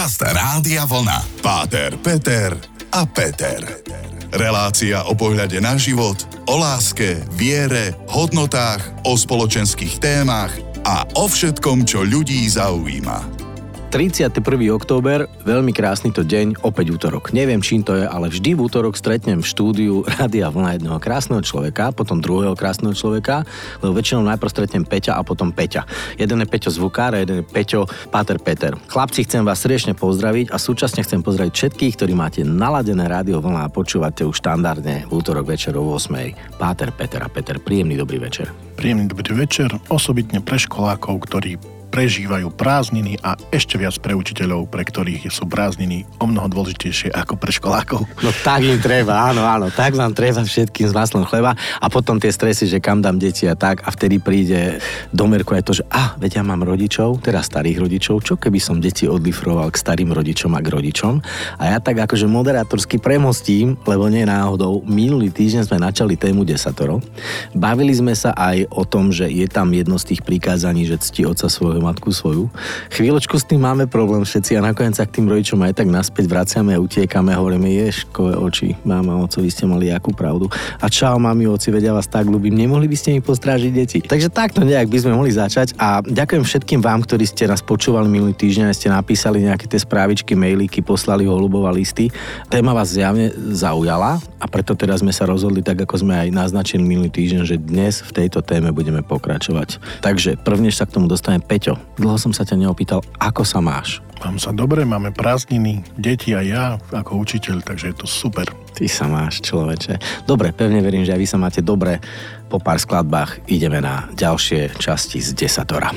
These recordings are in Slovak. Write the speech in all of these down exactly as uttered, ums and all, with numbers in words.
Podcast Rádia Vlna. Páter, Peter a Peter. Relácia o pohľade na život, o láske, viere, hodnotách, o spoločenských témach a o všetkom, čo ľudí zaujíma. tridsiateho prvého október, veľmi krásny to deň, opäť útorok. Neviem, čím to je, ale vždy v útorok stretnem v štúdiu Rádia Vlna jedného krásneho človeka, potom druhého krásneho človeka, lebo väčšinou najprv stretnem Peťa a potom Peťa. Jeden je Peťo zvukár a jeden je Peťo Páter Peter. Chlapci, chcem vás srdečne pozdraviť a súčasne chcem pozdraviť všetkých, ktorí máte naladené Rádio Vlna a počúvate už štandardne v útorok večer o ôsmej. Páter Peter a Peter, príjemný dobrý večer. Príjemný dobrý večer, osobitne pre školákov, ktorí prežívajú prázdniny a ešte viac pre učiteľov, pre ktorých sú prázdniny o mnoho dôležitejšie ako pre školákov. No tak im treba, áno, áno, tak vám treba všetkým s maslom chleba a potom tie stresy, že kam dám deti a tak a vtedy príde do merku aj to, že ah, veď ja mám rodičov, teda starých rodičov, čo keby som deti odlifroval k starým rodičom a k rodičom a ja tak akože moderátorsky premostím, lebo nie náhodou, minulý týždeň sme načali tému desatoro. Bavili sme sa aj o tom, že je tam jedno z tých prikázaní, že cti otca svojho, matku svoju. Chvíľočku s tým máme problém všetci a nakoniec sa k tým rodičom aj tak naspäť vraciame a utiekame a hovoríme, ješkové oči, máma, oco, vy ste mali akú pravdu. A čau, mami, oci, veď ja vás tak ľúbim, nemohli by ste mi postrážiť deti. Takže takto nejak by sme mohli začať a ďakujem všetkým vám, ktorí ste nás počúvali minulý týždeň a ste napísali nejaké tie správičky, mailíky, poslali holubov a listy. Téma vás zjavne zaujala a preto teraz sme sa rozhodli, tak ako sme aj naznačili minulý týždeň, že dnes v tejto téme budeme pokračovať. Takže prvnež sa k tomu dostane Peťo. Dlho som sa ťa neopýtal, ako sa máš? Mám sa dobre, máme prázdniny, deti a ja ako učiteľ, takže je to super. Ty sa máš, človeče. Dobre, pevne verím, že aj vy sa máte dobre. Po pár skladbách ideme na ďalšie časti z desatora.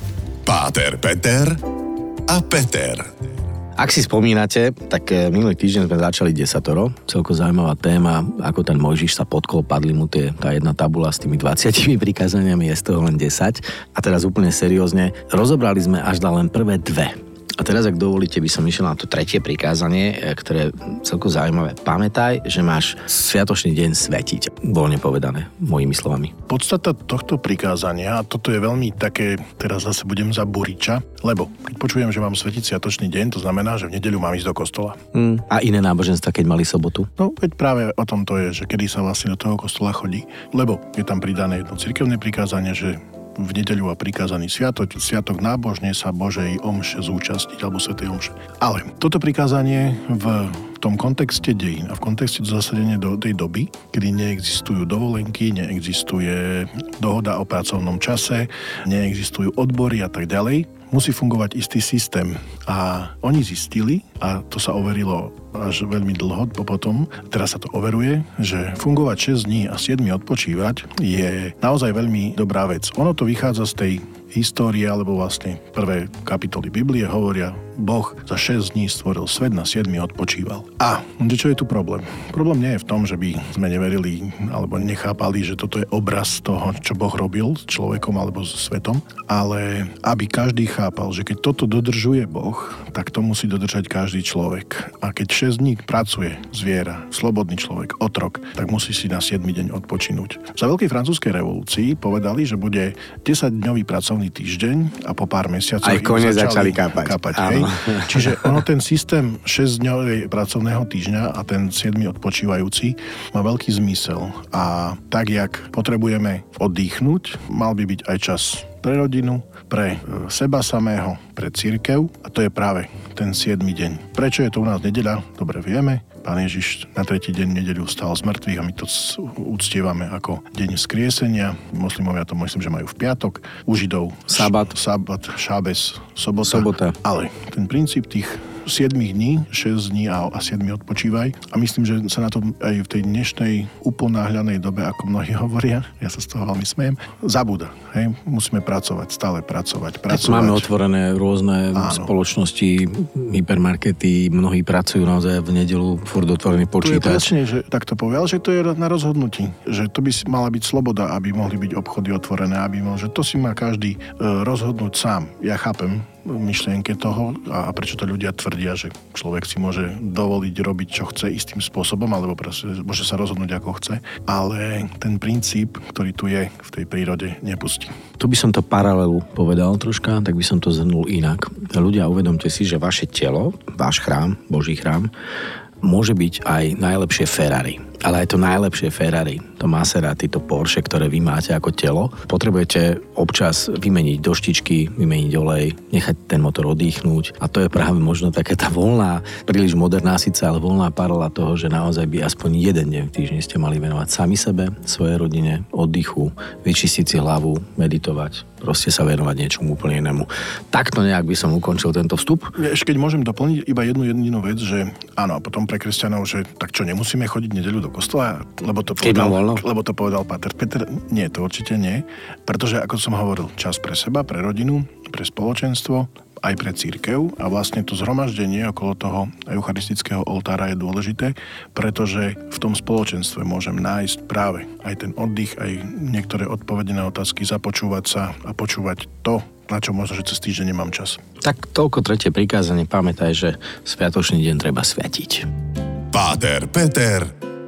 Páter, Peter a Peter. Ak si spomínate, tak minulý týždeň sme začali desatoro. Celko zaujímavá téma, ako ten Mojžiš sa podkol, padli mu tie, tá jedna tabula s tými dvadsiatimi prikázaniami, je z toho len desať. A teraz úplne seriózne, rozobrali sme až na len prvé dve. A teraz, ak dovolíte, by som išiel na to tretie prikázanie, ktoré je celko zaujímavé. Pamätaj, že máš sviatočný deň svetiť. Voľne povedané, mojimi slovami. Podstata tohto prikázania, a toto je veľmi také, teraz zase budem za buriča, lebo keď počujem, že mám svetiť sviatočný deň, to znamená, že v nedeľu mám ísť do kostola. Mm. A iné náboženstva, keď mali sobotu? No, veď práve o tom to je, že kedy sa vlastne do toho kostola chodí. Lebo je tam pridané jedno cirkevné prikázanie, že v nedeľu a prikázaný sviatok, sviatok nábožne sa Božej omše zúčastniť, alebo svätej omše. Ale toto prikázanie v tom kontexte dejín a v kontexte zasadenia do tej doby, kedy neexistujú dovolenky, neexistuje dohoda o pracovnom čase, neexistujú odbory a tak ďalej, musí fungovať istý systém. A oni zistili, a to sa overilo až veľmi dlho potom, teraz sa to overuje, že fungovať šesť dní a sedem odpočívať je naozaj veľmi dobrá vec. Ono to vychádza z tej histórie, alebo vlastne prvé kapitoly Biblie hovoria, Boh za šesť dní stvoril svet, na siedmy odpočíval. A čo je tu problém? Problém nie je v tom, že by sme neverili alebo nechápali, že toto je obraz toho, čo Boh robil s človekom alebo so svetom, ale aby každý chápal, že keď toto dodržuje Boh, tak to musí dodržať každý človek. A keď šesť dní pracuje zviera, slobodný človek, otrok, tak musí si na siedmy deň odpočinúť. Za veľkej francúzskej revolúcii povedali, že bude desaťdňový pracovný týždeň a po pár mesiacov aj kone začali, začali kápať. kápať hej? Čiže ono ten systém šesťdňovej pracovného týždňa a ten siedmy odpočívajúci má veľký zmysel. A tak, jak potrebujeme oddychnúť, mal by byť aj čas pre rodinu, pre seba samého, pre cirkev a to je práve ten siedmy deň. Prečo je to u nás nedeľa? Dobre vieme. Pán Ježiš na tretí deň nedeľu vstal z mŕtvych a my to uctievame ako deň vzkriesenia. Moslimovia to myslím, že majú v piatok. U Židov sabat, sabat, šábes, sobota. sobota. Ale ten princíp tých siedmich dní, šesť dní a, a siedmi odpočívaj. A myslím, že sa na to aj v tej dnešnej uponáhľanej dobe, ako mnohí hovoria, ja sa z toho veľmi smejem, zabúda. Hej? Musíme pracovať, stále pracovať. pracovať. Tak máme otvorené rôzne Áno. spoločnosti, hypermarkety, mnohí pracujú naozaj v nedeľu, furt otvorený počítač. To je presne, že tak to povedal, že to je na rozhodnutí. Že to by si mala byť sloboda, aby mohli byť obchody otvorené, aby mohli, že to si má každý e, rozhodnúť sám. Ja chápem, myšlienke toho a prečo to ľudia tvrdia, že človek si môže dovoliť robiť, čo chce istým spôsobom, alebo proste môže sa rozhodnúť, ako chce. Ale ten princíp, ktorý tu je v tej prírode, nepustí. Tu by som to paralelu povedal troška, tak by som to zhrnul inak. Ľudia, uvedomte si, že vaše telo, váš chrám, Boží chrám, môže byť aj najlepšie Ferrari. Ale aj to najlepšie Ferrari, to Maserati, to Porsche, ktoré vy máte ako telo, potrebujete občas vymeniť doštičky, vymeniť olej, nechať ten motor oddychnúť. A to je práve možno taká tá voľná, príliš moderná síce, ale voľná parola toho, že naozaj by aspoň jeden deň v týždni ste mali venovať sami sebe, svojej rodine, oddychu, vyčistiť si hlavu, meditovať, proste sa venovať niečomu úplne inému. Takto nejak by som ukončil tento vstup. Ešte keď môžem doplniť iba jednu jedinú vec, že áno, a potom pre kresťanov, že tak čo, nemusíme chodiť nedeľu do kostola, lebo to povedal, lebo to povedal Páter Peter. Nie, to určite nie. Pretože, ako som hovoril, čas pre seba, pre rodinu, pre spoločenstvo, aj pre cirkev a vlastne to zhromaždenie okolo toho eucharistického oltára je dôležité, pretože v tom spoločenstve môžem nájsť práve aj ten oddych, aj niektoré odpovede na otázky, započúvať sa a počúvať to, na čo možno, že cez týždeň nemám čas. Tak toľko tretie prikázanie. Pamätaj, že sviatočný deň treba sviatiť. Páter Peter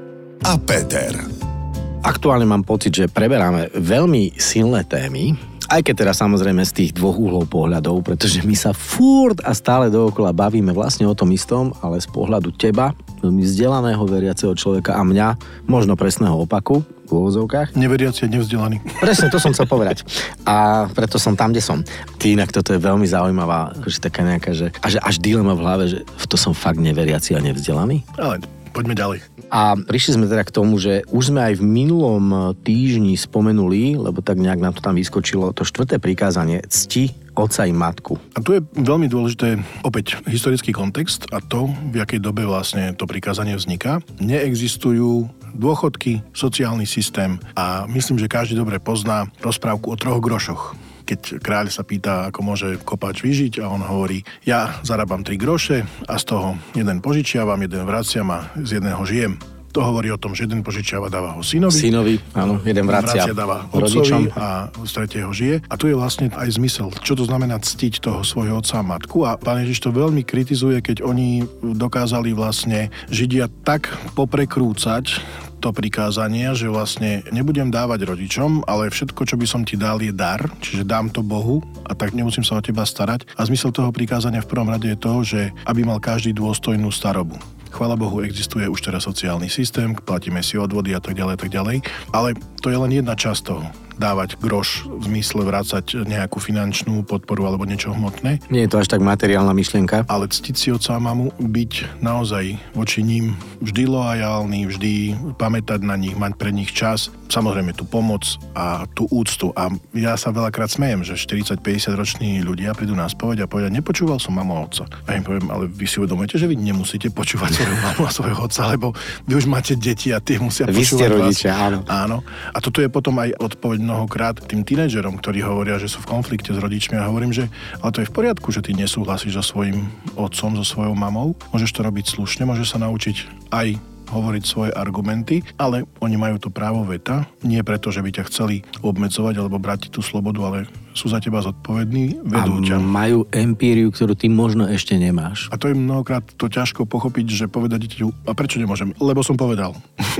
a Peter. Aktuálne mám pocit, že preberáme veľmi silné témy, aj keď teraz samozrejme z tých dvoch uhlov pohľadov, pretože my sa furt a stále dookola bavíme vlastne o tom istom, ale z pohľadu teba, veľmi vzdelaného veriaceho človeka a mňa, možno presného opaku, v úvozovkách. Neveriaci a nevzdelaný. Presne, to som chcel povedať. A preto som tam, kde som. Ty, inak toto je veľmi zaujímavá, akože taká nejaká, že, a že až dilema v hlave, že to som fakt neveriaci a nevzdelaný. Ale poďme ďalej. A prišli sme teda k tomu, že už sme aj v minulom týždni spomenuli, lebo tak nejak nám to tam vyskočilo, to štvrté prikázanie, cti otca i matku. A tu je veľmi dôležité opäť historický kontext a to, v akej dobe vlastne to prikázanie vzniká. Neexistujú dôchodky, sociálny systém a myslím, že každý dobre pozná rozprávku o troch grošoch. Keď kráľ sa pýta, ako môže kopáč vyžiť a on hovorí, ja zarábam tri groše a z toho jeden požičiavam, jeden vraciam a z jedného žijem. To hovorí o tom, že jeden požičiava, dáva ho synovi. Synovi, áno, jeden vracia, vracia dáva otcovi a z tretieho žije. A tu je vlastne aj zmysel, čo to znamená ctiť toho svojho otca a matku. A pán Ježiš to veľmi kritizuje, keď oni dokázali vlastne Židia tak poprekrúcať to prikázanie, že vlastne nebudem dávať rodičom, ale všetko, čo by som ti dal, je dar, čiže dám to Bohu a tak nemusím sa o teba starať. A zmysel toho prikázania v prvom rade je to, že aby mal každý dôstojnú starobu. Chvála Bohu, existuje už teraz sociálny systém, platíme si odvody a tak ďalej, tak ďalej, ale to je len jedna časť toho. Dávať groš v zmysle vrácať nejakú finančnú podporu alebo niečo hmotné. Nie je to až tak materiálna myšlienka. Ale ctiť si otca a mamu, byť naozaj voči ním vždy loajálny, vždy pamätať na nich, mať pre nich čas, samozrejme tú pomoc a tú úctu. A ja sa veľakrát smejem, že štyridsať päťdesiat roční ľudia prídu na spoveď a povedia, nepočúval som mamu a otca. A im poviem, ale vy si uvedomujete, že vy nemusíte počúvať svoju mamu a svojho otca, lebo vy už máte deti a tie musia vy počúvať ste rodičia, vás. Áno. Áno. A toto je potom aj odpoveď mnohokrát tým tínedžerom, ktorí hovoria, že sú v konflikte s rodičmi a hovorím, že ale to je v poriadku, že ty nesúhlasíš so svojím otcom, so svojou mamou. Môžeš to robiť slušne, môžeš sa naučiť aj hovoriť svoje argumenty, ale oni majú to právo veta, nie preto, že by ťa chceli obmedzovať alebo brať tú slobodu, ale sú za teba zodpovední, vedú ťa. A majú empíriu, ktorú ty možno ešte nemáš. A to je mnohokrát to ťažko pochopiť, že povedať dieťaťu, a prečo nemôžem? Lebo som povedal.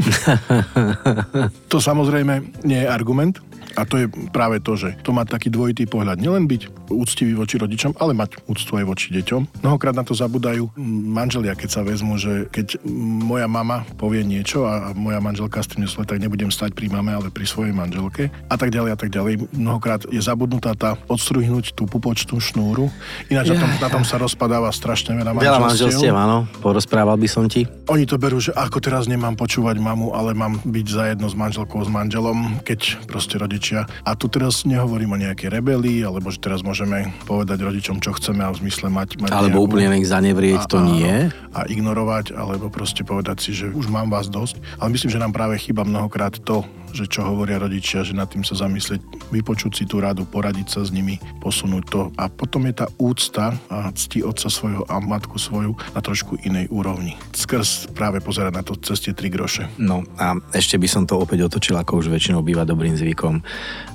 To samozrejme nie je argument, a to je práve to, že to má taký dvojitý pohľad. Nielen byť úctivý voči rodičom, ale mať úctu aj voči deťom. Mnohokrát na to zabudajú manželia, keď sa vezmu, že keď moja mama povie niečo a moja manželka s tým nesle, tak nebudem stať pri mame, ale pri svojej manželke a tak ďalej a tak ďalej. Mnohokrát je zabudnutá tá odstruhnúť tú pupočnú šnúru. Ináč ja, na, tom, na tom sa rozpadáva strašne veľa manželstiev. Veľa manželstiev, áno. Porozprával by som ti. Oni to berú, že ako teraz nemám počúvať mamu, ale mám byť zajedno s manželkou, s manželom, keď proste rodičia. A tu teraz nehovorím o nejakej rebelii, alebo že teraz môžeme povedať rodičom, čo chceme a v zmysle mať... mať alebo nejakú, úplne nech zanevrieť, a, to nie. A ignorovať, alebo proste povedať si, že už mám vás dosť. Ale myslím, že nám práve chýba mnohokrát to, že čo hovoria rodičia, že nad tým sa zamyslieť, vypočuť si tú radu, poradiť sa s nimi, posunúť to. A potom je tá úcta a cti otca svojho a matku svoju na trošku inej úrovni. Skrz práve pozerať na to cez tie tri groše. No a ešte by som to opäť otočil, ako už väčšinou býva dobrým zvykom.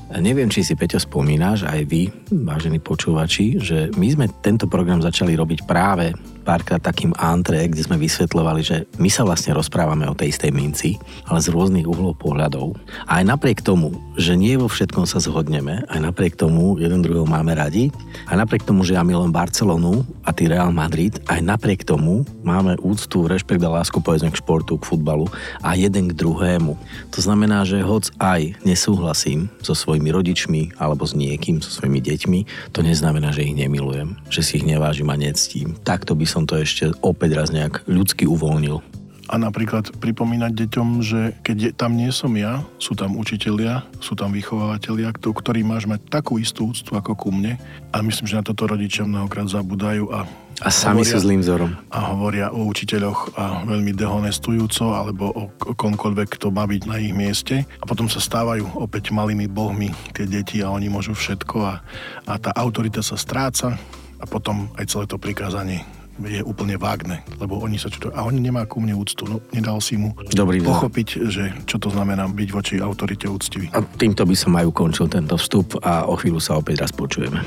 Neviem, či si, Peťo, spomínaš, aj vy, vážení počúvači, že my sme tento program začali robiť práve párkrát takým antré, kde sme vysvetľovali, že my sa vlastne rozprávame o tej istej minci, ale z rôznych uhlov pohľadov. A aj napriek tomu, že nie vo všetkom sa zhodneme, aj napriek tomu jeden druhého máme radi, aj napriek tomu, že ja milujem Barcelonu a ty Real Madrid, aj napriek tomu máme úctu, rešpekt a lásku, povedzme, k športu, k futbalu a jeden k druhému. To znamená, že hoc aj nesúhlasím so svojimi rodičmi alebo s niekým, so svojimi deťmi, to neznamená, že ich nemilujem, že si ich nevážim a nectím. Takto by som to ešte opäť raz nejak ľudsky uvoľnil. A napríklad pripomínať deťom, že keď je, tam nie som ja, sú tam učitelia, sú tam vychovávateľia, ktorí máš mať takú istú úctu ako ku mne. A myslím, že na toto rodičia mnohokrát zabudajú a A sami hovoria, sú zlým vzorom. A hovoria o učiteľoch a veľmi dehonestujúco, alebo o komkoľvek, kto má byť na ich mieste. A potom sa stávajú opäť malými bohmi tie deti a oni môžu všetko a, a tá autorita sa stráca a potom aj celé to prikázanie je úplne vágne, lebo oni sa čudujú. A oni nemá ku mne úctu, no nedal si mu Dobrý pochopiť, že čo to znamená byť voči autorite úctivý. A týmto by som aj ukončil tento vstup a o chvíľu sa opäť raz počujeme.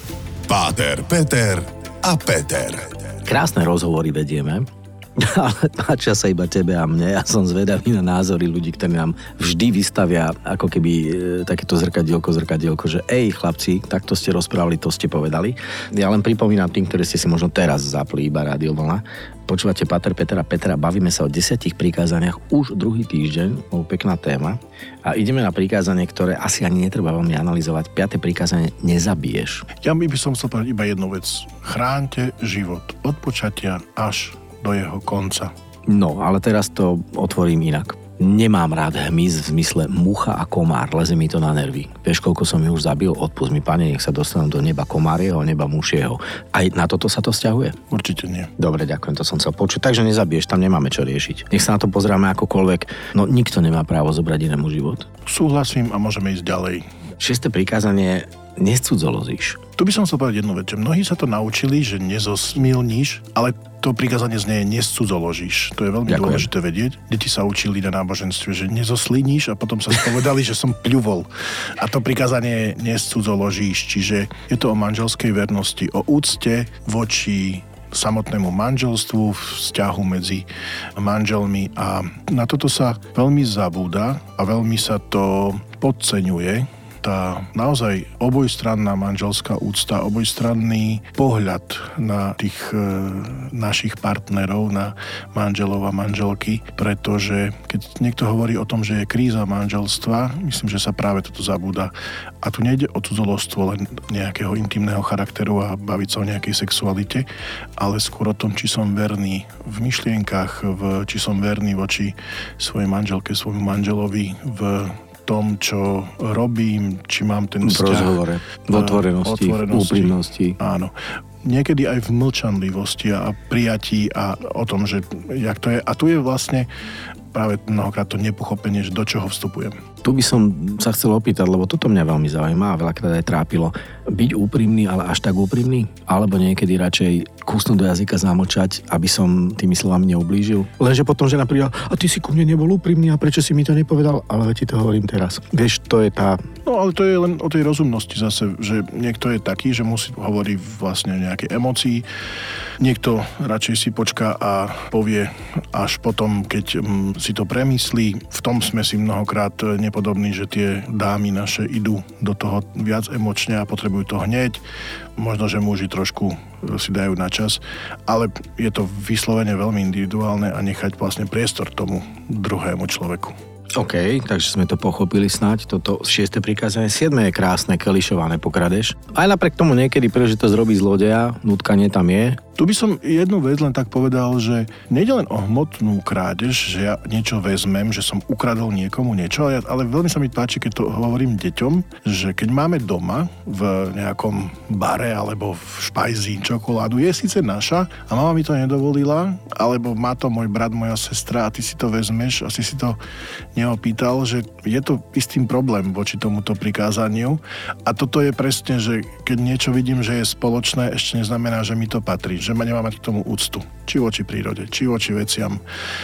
Páter, Peter a Peter. Krásne rozhovory vedieme, ale páčia sa iba tebe a mne. Ja som zvedavý na názory ľudí, ktorí nám vždy vystavia ako keby e, takéto zrkadielko, zrkadielko, že ej chlapci, takto ste rozprávali, to ste povedali. Ja len pripomínam tým, ktorí ste si možno teraz zapli iba Rádio Vlna. Počúvate Páter, Peter a Petra, bavíme sa o desiatich prikázaniach už druhý týždeň, o pekná téma. A ideme na prikázanie, ktoré asi ani netreba veľmi analyzovať. Piate prikázanie, nezabiješ. Ja by som chcel povedať iba jednu vec. Chránte život od počatia až do jeho konca. No, ale teraz to otvorím inak. Nemám rád hmyz v zmysle mucha a komár, leze mi to na nervy. Vieš, koľko som ju už zabil? Odpusť mi, pane, nech sa dostanú do neba komárieho, neba mušieho. Aj na toto sa to vzťahuje? Určite nie. Dobre, ďakujem, to som chcel počuť. Takže nezabiješ, tam nemáme čo riešiť. Nech sa na to pozráme akokoľvek. No, nikto nemá právo zobrať inému život. Súhlasím a môžeme ísť ďalej. Šieste prikázanie, nescudzolozíš. Tu by som chcel povedať jednu vec, že mnohí sa to naučili, že nezosmilníš, ale to prikázanie znie nescudzoložíš. To je veľmi Ďakujem. Dôležité vedieť. Deti sa učili na náboženstve, že nezosliníš a potom sa spovedali, že som pľuvol. A to prikázanie nescudzoložíš, čiže je to o manželskej vernosti, o úcte voči samotnému manželstvu, vzťahu medzi manželmi a na toto sa veľmi zabúda a veľmi sa to podceňuje. Tá naozaj obojstranná manželská úcta, obojstranný pohľad na tých e, našich partnerov, na manželov a manželky, pretože keď niekto hovorí o tom, že je kríza manželstva, myslím, že sa práve toto zabúda. A tu nejde o cudzoložstvo len nejakého intimného charakteru a baviť sa o nejakej sexualite, ale skôr o tom, či som verný v myšlienkach, v, či som verný voči svojej manželke, svojmu manželovi, v tom, čo robím, či mám ten vzťah. V rozhovore, v otvorenosti, v úprimnosti. Áno. Niekedy aj v mlčanlivosti a prijatí a o tom, že jak to je. A tu je vlastne práve mnohokrát to nepochopenie, že do čoho vstupujem. Tu by som sa chcel opýtať, lebo toto mňa veľmi zaujíma a veľakrát aj trápilo. Byť úprimný, ale až tak úprimný? Alebo niekedy radšej kúsnuť do jazyka, zamlčať, aby som tými slovami neublížil? Lenže potom žena príde, a ty si ku mne nebol úprimný a prečo si mi to nepovedal? Ale ti to hovorím teraz. Vieš, to je tá... No ale to je len o tej rozumnosti zase, že niekto je taký, že musí hovoriť vlastne o nejakej emócii. Niekto radšej si počká a povie až potom, keď si to premyslí. V tom sme si mnohokrát nepodobní, že tie dámy naše idú do toho viac emočne a potrebujú to hneď. Možno, že muži trošku si dajú na čas, ale je to vyslovene veľmi individuálne a nechať vlastne priestor tomu druhému človeku. OK, takže sme to pochopili snáď, toto šieste prikázanie. Siedme je krásne, kelišované pokradeš. Aj napriek tomu niekedy príležitosť robí zlodeja, nutkanie tam je. Tu by som jednu vec len tak povedal, že nejde len o hmotnú krádež, že ja niečo vezmem, že som ukradol niekomu niečo, ale, ale veľmi sa mi páči, keď to hovorím deťom, že keď máme doma v nejakom bare alebo v špajzi čokoládu, je síce naša a mama mi to nedovolila, alebo má to môj brat, moja sestra a ty si to vezmeš a si si to neopýtal, že je to istým problém voči tomuto prikázaniu a toto je presne, že keď niečo vidím, že je spoločné, ešte neznamená, že mi to patrí, že ma nemáme k tomu úctu. Či voči prírode, či voči veciam.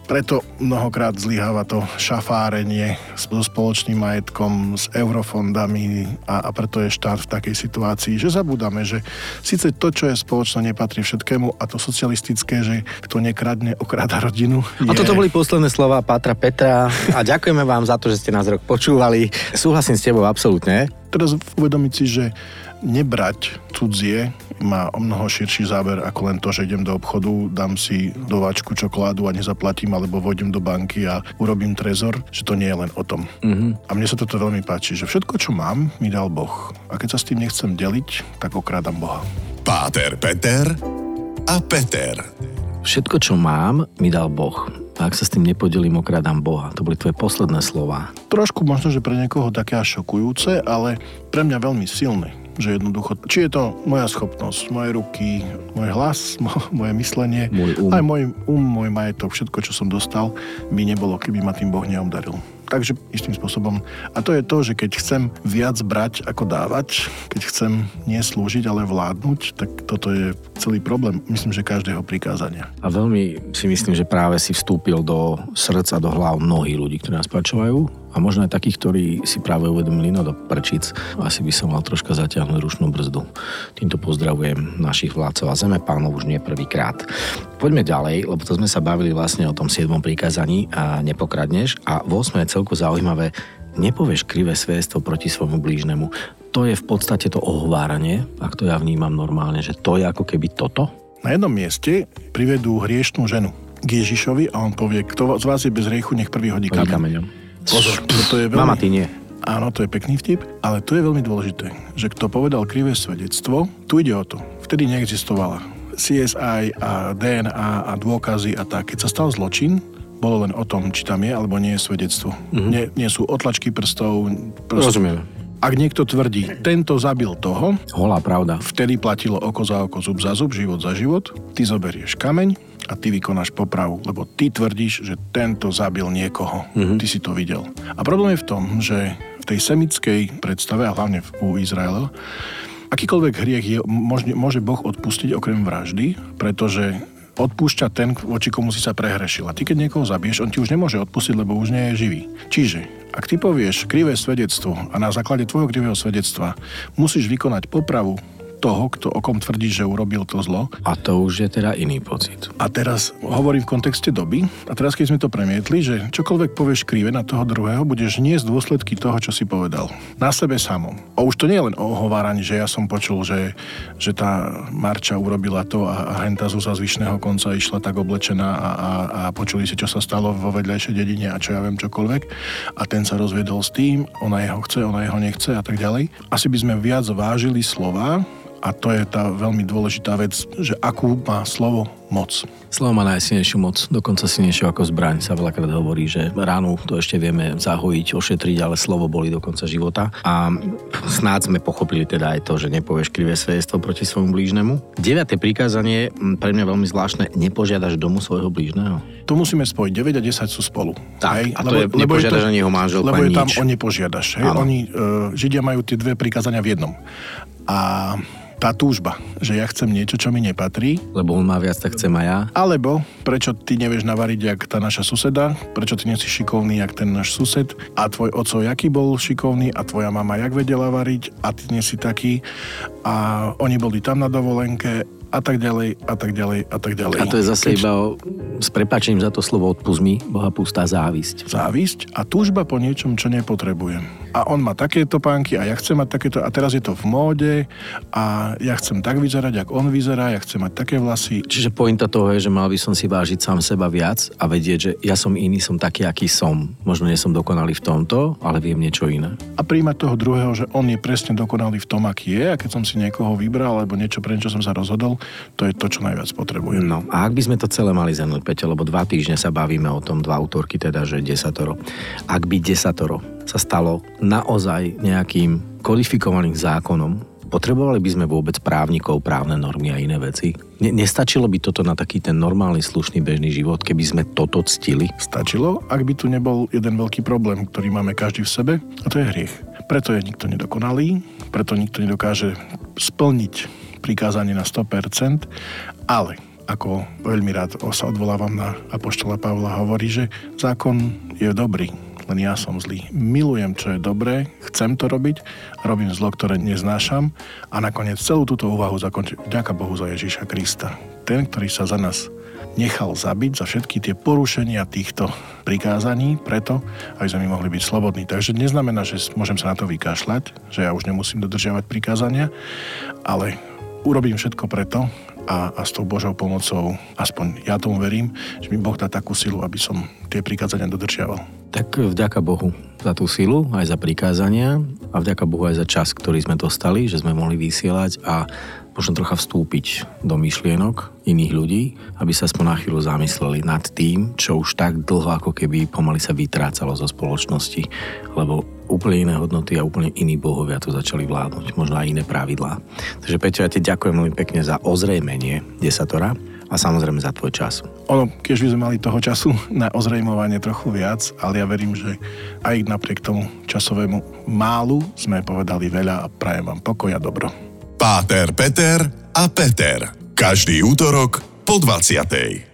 Preto mnohokrát zlyháva to šafárenie so spoločným majetkom, s eurofondami a, a preto je štát v takej situácii, že zabúdame, že síce to, čo je spoločné, nepatrí všetkému a to socialistické, že kto nekradne, okráda rodinu. Je... A toto boli posledné slova Pátra Petra a ďakujeme vám za to, že ste nás rok počúvali. Súhlasím s tebou absolútne. Teraz uvedomiť si, že nebrať cudzie má o mnoho širší záber ako len to, že idem do obchodu, dám si do váčku čokoládu a nezaplatím, alebo vojdem do banky a urobím trezor, že to nie je len o tom. Mm-hmm. A mne sa toto veľmi páči, že všetko, čo mám, mi dal Boh. A keď sa s tým nechcem deliť, tak okrádam Boha. Páter Peter a Peter. Všetko, čo mám, mi dal Boh. A ak sa s tým nepodelím, okrádam Boha. To boli tvoje posledné slová. Trošku možno, že pre niekoho také až šokujúce, ale pre mňa veľmi silné. Že jednoducho, či je to moja schopnosť, moje ruky, môj hlas, moje myslenie, môj um. aj môj um, môj majetok, všetko, čo som dostal, by nebolo, keby ma tým Boh neobdaril. Takže istým spôsobom. A to je to, že keď chcem viac brať ako dávať, keď chcem nie slúžiť, ale vládnuť, tak toto je celý problém, myslím, že každého prikázania. A veľmi si myslím, že práve si vstúpil do srdca, do hlav mnohých ľudí, ktorí nás počúvajú. A možno aj takých, ktorí si práve uvedomili, no do prčíc, asi by som mal troška zatiahnuť rušnú brzdu. Týmto pozdravujem našich vládcov a zeme pánov už nie prvýkrát. Poďme ďalej, lebo to sme sa bavili vlastne o tom siedmom prikázaní a nepokradneš a v ôsmom je celku zaujímavé, nepovieš krivé svedectvo proti svojmu blížnemu. To je v podstate to ohováranie, ak to ja vnímam normálne, že to je ako keby toto. Na jednom mieste privedú hriešnú ženu k Ježišovi a on povie, kto z vás je bez hriechu, nech prvý hodí kameň. kameňom. Pozor, to je veľmi... Mama, ty nie. Áno, to je pekný vtip, ale to je veľmi dôležité, že kto povedal krivé svedectvo, tu ide o to. Vtedy neexistovala C S I a D N A a dôkazy a tak. Keď sa stal zločin, bolo len o tom, či tam je alebo nie je svedectvo. Mm-hmm. Nie, nie sú otlačky prstov. Prost... Rozumiem. Ak niekto tvrdí, tento zabil toho, holá pravda. Vtedy platilo oko za oko, zub za zub, život za život. Ty zoberieš kameň a ty vykonáš popravu, lebo ty tvrdíš, že tento zabil niekoho. Mm-hmm. Ty si to videl. A problém je v tom, že v tej semickej predstave, a hlavne u Izraela, akýkoľvek hriech je, môže, môže Boh odpustiť okrem vraždy, pretože odpúšťa ten, voči komu si sa prehrešil. A ty, keď niekoho zabiješ, on ti už nemôže odpustiť, lebo už nie je živý. Čiže, ak ty povieš krivé svedectvo a na základe tvojho krivého svedectva musíš vykonať popravu toho, kto o kom tvrdí, že urobil to zlo. A to už je teda iný pocit. A teraz hovorím v kontexte doby. A teraz, keď sme to premietli, že čokoľvek povieš krive na toho druhého, budeš niesť dôsledky toho, čo si povedal. Na sebe samom. A už to nie je len o ohováraní, že ja som počul, že, že tá Marča urobila to a, a henta Zúza z Vyšného konca išla tak oblečená a, a, a počuli si, čo sa stalo vo vedľajšej dedine a čo ja viem čokoľvek. A ten sa rozviedol s tým, ona jeho chce, ona jeho nechce a tak ďalej. Asi by sme viac vážili slová. A to je tá veľmi dôležitá vec, že akú má slovo moc. Slovo má najsilnejšiu moc, dokonca silnejšiu ako zbraň. Sa veľakrát hovorí, že ránu to ešte vieme zahojiť, ošetriť, ale slovo boli do konca života. A snáď sme pochopili teda aj to, že nepovieš krivé svedectvo proti svojmu blížnemu. Deviate prikázanie, pre mňa veľmi zvláštne, nepožiadaš domu svojho blížneho. Tu musíme spojiť, deväť a desať sú spolu. Tak, hej? A to lebo, je, nepožiadaš ani jeho manželku, lebo je tam nič. o nepožiadaš. Hej? Oni, uh, Židia majú tie dve prikázania v jednom. A tá túžba, že ja chcem niečo, čo mi nepatrí. Lebo on má viac, tak chcem aj ja. Alebo prečo ty nevieš navariť, jak tá naša suseda, prečo ty nie si šikovný, jak ten náš sused a tvoj oco, jaký bol šikovný a tvoja mama, jak vedela variť a ty nie si taký a oni boli tam na dovolenke a tak ďalej, a tak ďalej, a tak ďalej. A to je zase Keď... iba o, s prepáčením za to slovo odpusť mi, Boha pustá závisť. Závisť a túžba po niečom, čo nepotrebujem. A on má takéto pánky a ja chcem mať takéto, a teraz je to v móde a ja chcem tak vyzerať, ako on vyzerá, ja chcem mať také vlasy. Čiže pointa toho je, že mal by som si vážiť sám seba viac a vedieť, že ja som iný, som taký, aký som. Možno nie som dokonalý v tomto, ale viem niečo iné. A príjmať toho druhého, že on je presne dokonalý v tom, aký je, a keď som si niekoho vybral alebo niečo, pre čo som sa rozhodol, to je to, čo najviac potrebujem. No a ak by sme to celé mali zhrnúť, Peťo, lebo dva týždne sa bavíme o tom, dva autorky teda, že desatoro. Ak by desatoro sa stalo naozaj nejakým kodifikovaným zákonom, potrebovali by sme vôbec právnikov, právne normy a iné veci? Ne, nestačilo by toto na taký ten normálny, slušný, bežný život, keby sme toto ctili? Stačilo, ak by tu nebol jeden veľký problém, ktorý máme každý v sebe, a to je hriech. Preto je nikto nedokonalý, preto nikto nedokáže splniť prikázanie na sto percent, ale ako veľmi rád sa odvolávam na apoštola Pavla, hovorí, že zákon je dobrý, len ja som zlý. Milujem, čo je dobré, chcem to robiť, robím zlo, ktoré neznášam a nakoniec celú túto úvahu zakončím. Vďaka Bohu za Ježiša Krista. Ten, ktorý sa za nás nechal zabiť, za všetky tie porušenia týchto prikázaní, preto, aby sme my mohli byť slobodní. Takže neznamená, že môžem sa na to vykašľať, že ja už nemusím dodržiavať prikázania, ale urobím všetko preto, A, a s tou Božou pomocou, aspoň ja tomu verím, že mi Boh dá takú silu, aby som tie prikázania dodržiaval. Tak vďaka Bohu za tú silu, aj za prikázania a vďaka Bohu aj za čas, ktorý sme dostali, že sme mohli vysielať a možno trocha vstúpiť do myšlienok iných ľudí, aby sa aspoň na chvíľu zamysleli nad tým, čo už tak dlho ako keby pomaly sa vytrácalo zo spoločnosti, lebo úplne iné hodnoty a úplne iní bohovia tu začali vládnuť, možno aj iné pravidlá. Takže Peťo, ja ti ďakujem veľmi pekne za ozrejmenie desatora a samozrejme za tvoj čas. Ono, keď by sme mali toho času na ozrejmovanie trochu viac, ale ja verím, že aj napriek tomu časovému málu sme povedali veľa a prajem vám pokoj a dobro. Páter Peter a Peter. Každý útorok po dvadsiatej.